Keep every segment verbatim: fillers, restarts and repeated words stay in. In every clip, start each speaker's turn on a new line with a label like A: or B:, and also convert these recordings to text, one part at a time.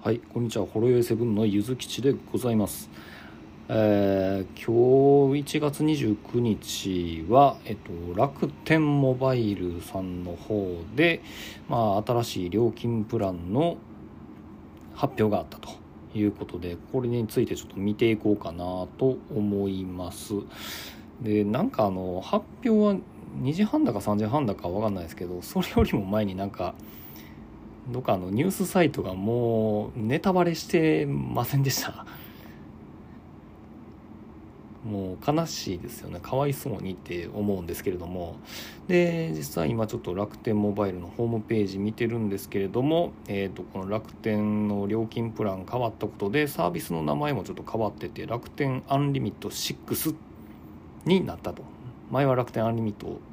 A: はい、こんにちは。ホロヨイセブンのゆずきちでございます。えー、今日いちがつにじゅうくにちは、えっと、楽天モバイルさんの方で、まあ、新しい料金プランの発表があったということで、これについてちょっと見ていこうかなと思います。で、なんかあの発表はにじはんだかさんじはんだかわかんないですけど、それよりも前になんかどっかあのニュースサイトがもうネタバレしてませんでした？もう悲しいですよね。かわいそうにって思うんですけれども、で実際今ちょっと楽天モバイルのホームページ見てるんですけれども、えーとこの楽天の料金プラン変わったことでサービスの名前もちょっと変わってて、楽天アンリミットろくになったと。前は楽天アンリミットご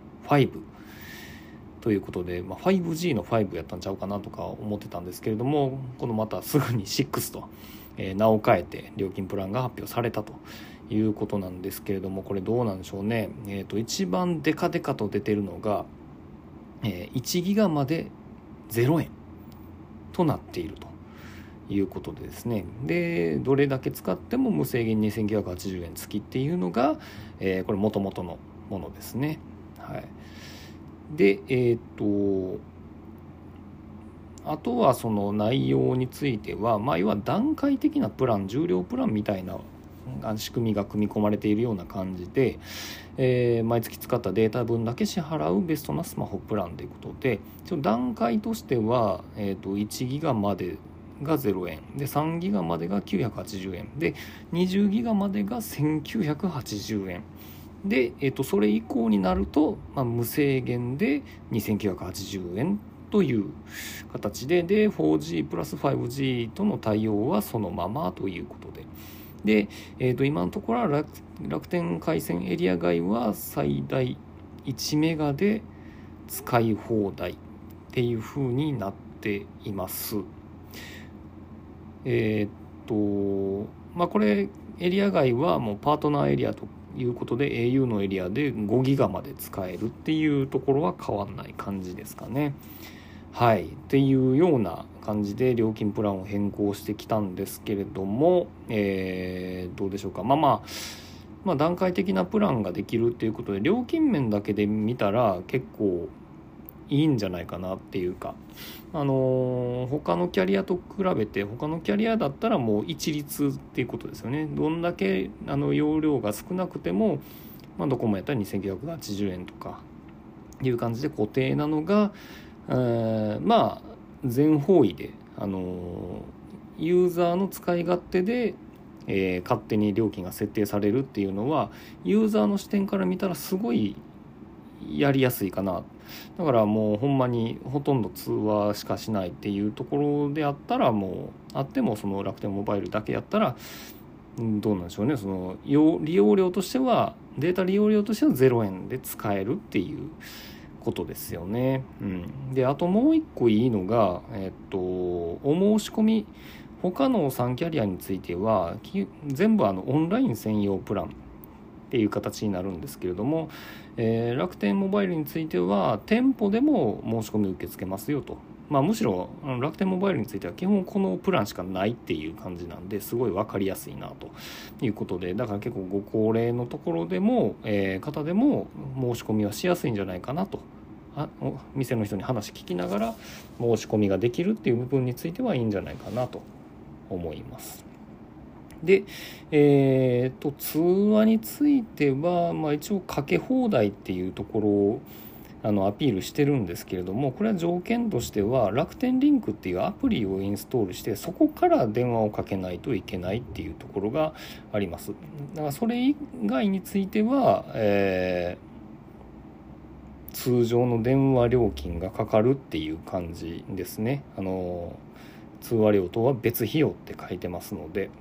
A: ということで、まあ、ファイブジー のごやったんちゃうかなとか思ってたんですけれども、このまたすぐにろくと、えー、名を変えて料金プランが発表されたということなんですけれども、これどうなんでしょうね。えーと一番デカデカと出てるのが、えー、いちギガまでゼロえんとなっているということでですね。でどれだけ使っても無制限にせんきゅうひゃくはちじゅうえん付きっていうのが、えー、これ元々のものですね。はい。でえっ、ー、とあとはその内容については、まあ、要は段階的なプラン、重量プランみたいな仕組みが組み込まれているような感じで、えー、毎月使ったデータ分だけ支払うベストなスマホプランということで、その段階としては、えー、といちギガまでがゼロえんで、さんギガまでがきゅうひゃくはちじゅうえんで、にじゅうギガまでがせんきゅうひゃくはちじゅうえんで、えー、とそれ以降になると、まあ、無制限でにせんきゅうひゃくはちじゅうえんという形で、で フォージー プラス ファイブジー との対応はそのままということで、で、えー、と今のところは 楽, 楽天回線エリア外は最大いちメガで使い放題っていう風になっています。えっ、とまあこれエリア外はもうパートナーエリアということで エーユー のエリアでごギガまで使えるっていうところは変わんない感じですかね。はい、っていうような感じで料金プランを変更してきたんですけれども、えー、どうでしょうか。まあまあまあ段階的なプランができるっていうことで、料金面だけで見たら結構いいんじゃないかなっていうか、あのー、他のキャリアと比べて、他のキャリアだったらもう一律っていうことですよね。どんだけあの容量が少なくても、まあ、どこもやったらにせんきゅうひゃくはちじゅうえんとかいう感じで固定なのが、えー、まあ全方位で、あのー、ユーザーの使い勝手で、えー、勝手に料金が設定されるっていうのは、ユーザーの視点から見たらすごいやりやすいかな。だからもうほんまにほとんど通話しかしないっていうところであったら、もうあってもその楽天モバイルだけやったらどうなんでしょうね。その利用料としては、データ利用料としてはゼロえんで使えるっていうことですよね。うん、であともう一個いいのが、えっとお申し込み、他のさんキャリアについては全部あのオンライン専用プランっていう形になるんですけれども、えー、楽天モバイルについては店舗でも申し込み受け付けますよと。まあ、むしろ楽天モバイルについては基本このプランしかないっていう感じなんで、すごい分かりやすいなということで、だから結構ご高齢のところでも、えー、方でも申し込みはしやすいんじゃないかなと。あ店の人に話聞きながら申し込みができるっていう部分についてはいいんじゃないかなと思います。で、えー、と通話については、まあ、一応かけ放題っていうところをあのアピールしてるんですけれども、これは条件としては楽天リンクっていうアプリをインストールして、そこから電話をかけないといけないっていうところがあります。だからそれ以外については、えー、通常の電話料金がかかるっていう感じですね。あの通話料とは別費用って書いてますので、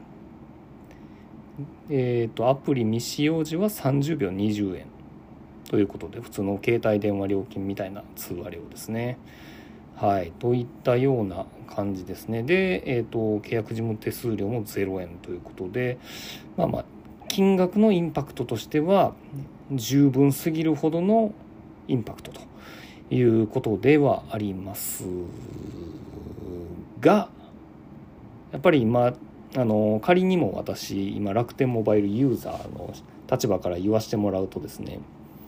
A: えー、とアプリ未使用時はさんじゅうびょうにじゅうえんということで、普通の携帯電話料金みたいな通話料ですね。はい、といったような感じですね。で、えー、と契約事務手数料もゼロえんということで、まあまあ金額のインパクトとしては十分すぎるほどのインパクトということではありますが、 やっぱり今あの仮にも私今楽天モバイルユーザーの立場から言わせてもらうとですね、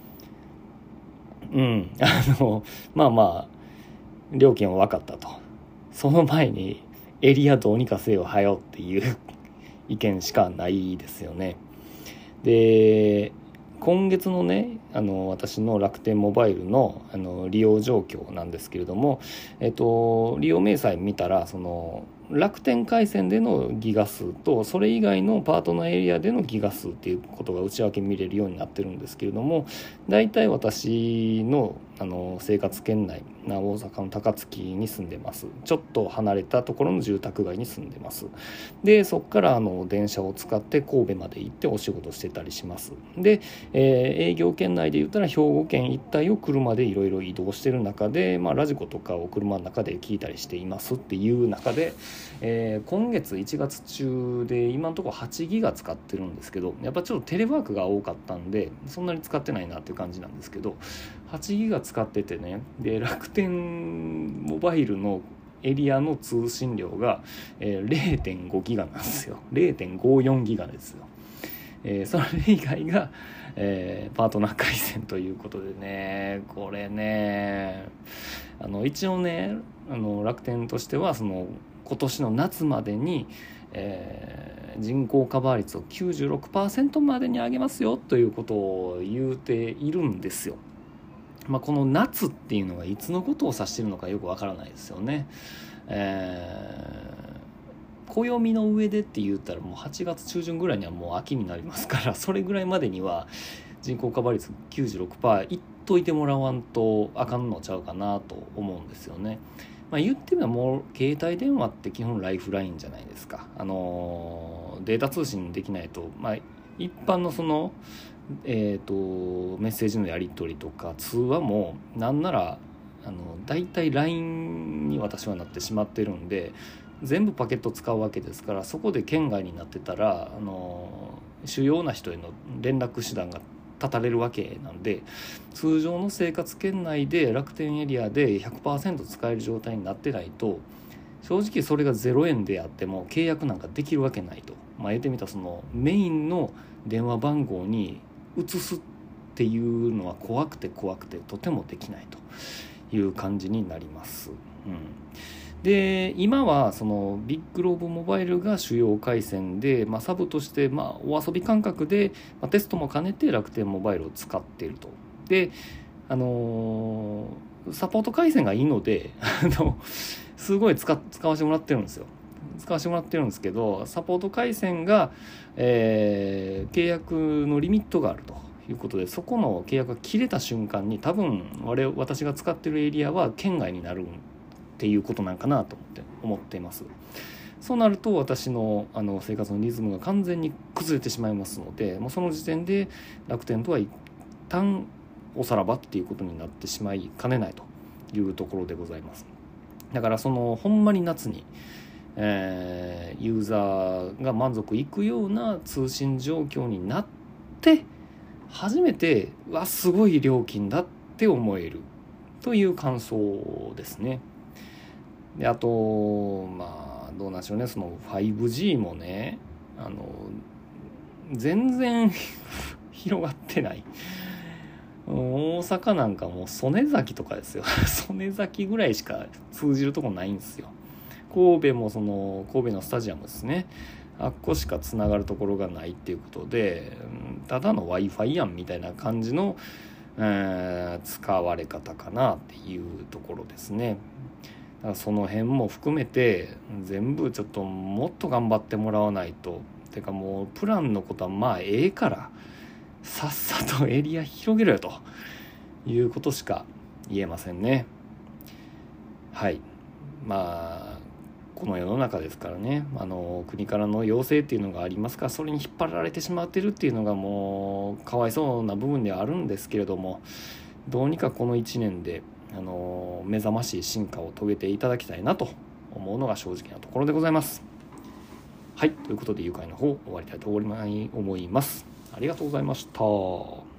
A: うんあのまあまあ料金は分かったと、その前にエリアどうにかせよはよっていう意見しかないですよね。で今月のねあの私の楽天モバイルの、あの利用状況なんですけれども、えっと、利用明細見たらその楽天回線でのギガ数とそれ以外のパートナーエリアでのギガ数っていうことが内訳見れるようになってるんですけれども、だいたい私の、あの生活圏内な大阪の高槻に住んでます。ちょっと離れたところの住宅街に住んでます。でそこからあの電車を使って神戸まで行ってお仕事してたりします。で、えー営業圏内で言ったら兵庫県一帯を車でいろいろ移動してる中で、まあ、ラジコとかを車の中で聞いたりしていますっていう中で、えー、今月いちがつ中で今のところはちギガ使ってるんですけど、やっぱちょっとテレワークが多かったんでそんなに使ってないなっていう感じなんですけど、はちギガ使っててね、で楽天モバイルのエリアの通信量が、えー、れいてんごギガなんですよ。 れいてんごよんギガですよ。えー、それ以外が、えー、パートナー回線ということでね、これねあの一応ねあの楽天としてはその今年の夏までに、えー、人口カバー率を きゅうじゅうろくパーセント までに上げますよということを言うているんですよ。まあ、この夏っていうのがいつのことを指しているのかよくわからないですよね。えー暦の上でって言ったらもうはちがつ中旬ぐらいにはもう秋になりますから、それぐらいまでには人口カバー率 きゅうじゅうろくパーセント いっといてもらわんとあかんのちゃうかなと思うんですよね。まあ、言ってみればもう携帯電話って基本ライフラインじゃないですか。あのー、データ通信できないと、まあ、一般のその、えーと、メッセージのやり取りとか通話もなんならあの大体 ライン に私はなってしまってるんで、全部パケット使うわけですから、そこで圏外になってたらあの主要な人への連絡手段が断たれるわけなんで、通常の生活圏内で楽天エリアで ひゃくパーセント 使える状態になってないと、正直それがゼロえんであっても契約なんかできるわけないと。まあ言ってみたらそのメインの電話番号に移すっていうのは怖くて怖くてとてもできないという感じになります。うんで今はそのビッグローブモバイルが主要回線で、まあ、サブとしてまあお遊び感覚で、まあ、テストも兼ねて楽天モバイルを使っていると。で、あのー、サポート回線がいいのであのすごい使使わせてもらってるんですよ。使わせてもらってるんですけど、サポート回線が、えー、契約のリミットがあるということで、そこの契約が切れた瞬間に多分我々私が使ってるエリアは圏外になるんっていうことなんかなと思って思っています。そうなると私のあの生活のリズムが完全に崩れてしまいますので、もうその時点で楽天とは一旦おさらばっていうことになってしまいかねないというところでございます。だからそのほんまに夏に、えー、ユーザーが満足いくような通信状況になって初めてわすごい料金だって思えるという感想ですね。であとまあどうなんでしょうね、その ファイブジー もねあの全然広がってない。大阪なんかもう曽根崎とかですよ曽根崎ぐらいしか通じるとこないんですよ。神戸もその神戸のスタジアムですね、あっこしかつながるところがないっていうことで、ただの Wi-Fi やんみたいな感じの、えー、使われ方かなっていうところですね。だからその辺も含めて全部ちょっともっと頑張ってもらわないと。てかもうプランのことはまあええからさっさとエリア広げろよということしか言えませんね。はい、まあこの世の中ですからね、あの国からの要請っていうのがありますから、それに引っ張られてしまってるっていうのがもうかわいそうな部分ではあるんですけれども、どうにかこのいちねんであの目覚ましい進化を遂げていただきたいなと思うのが正直なところでございます。はい、ということで誘拐の方終わりたいと思います。ありがとうございました。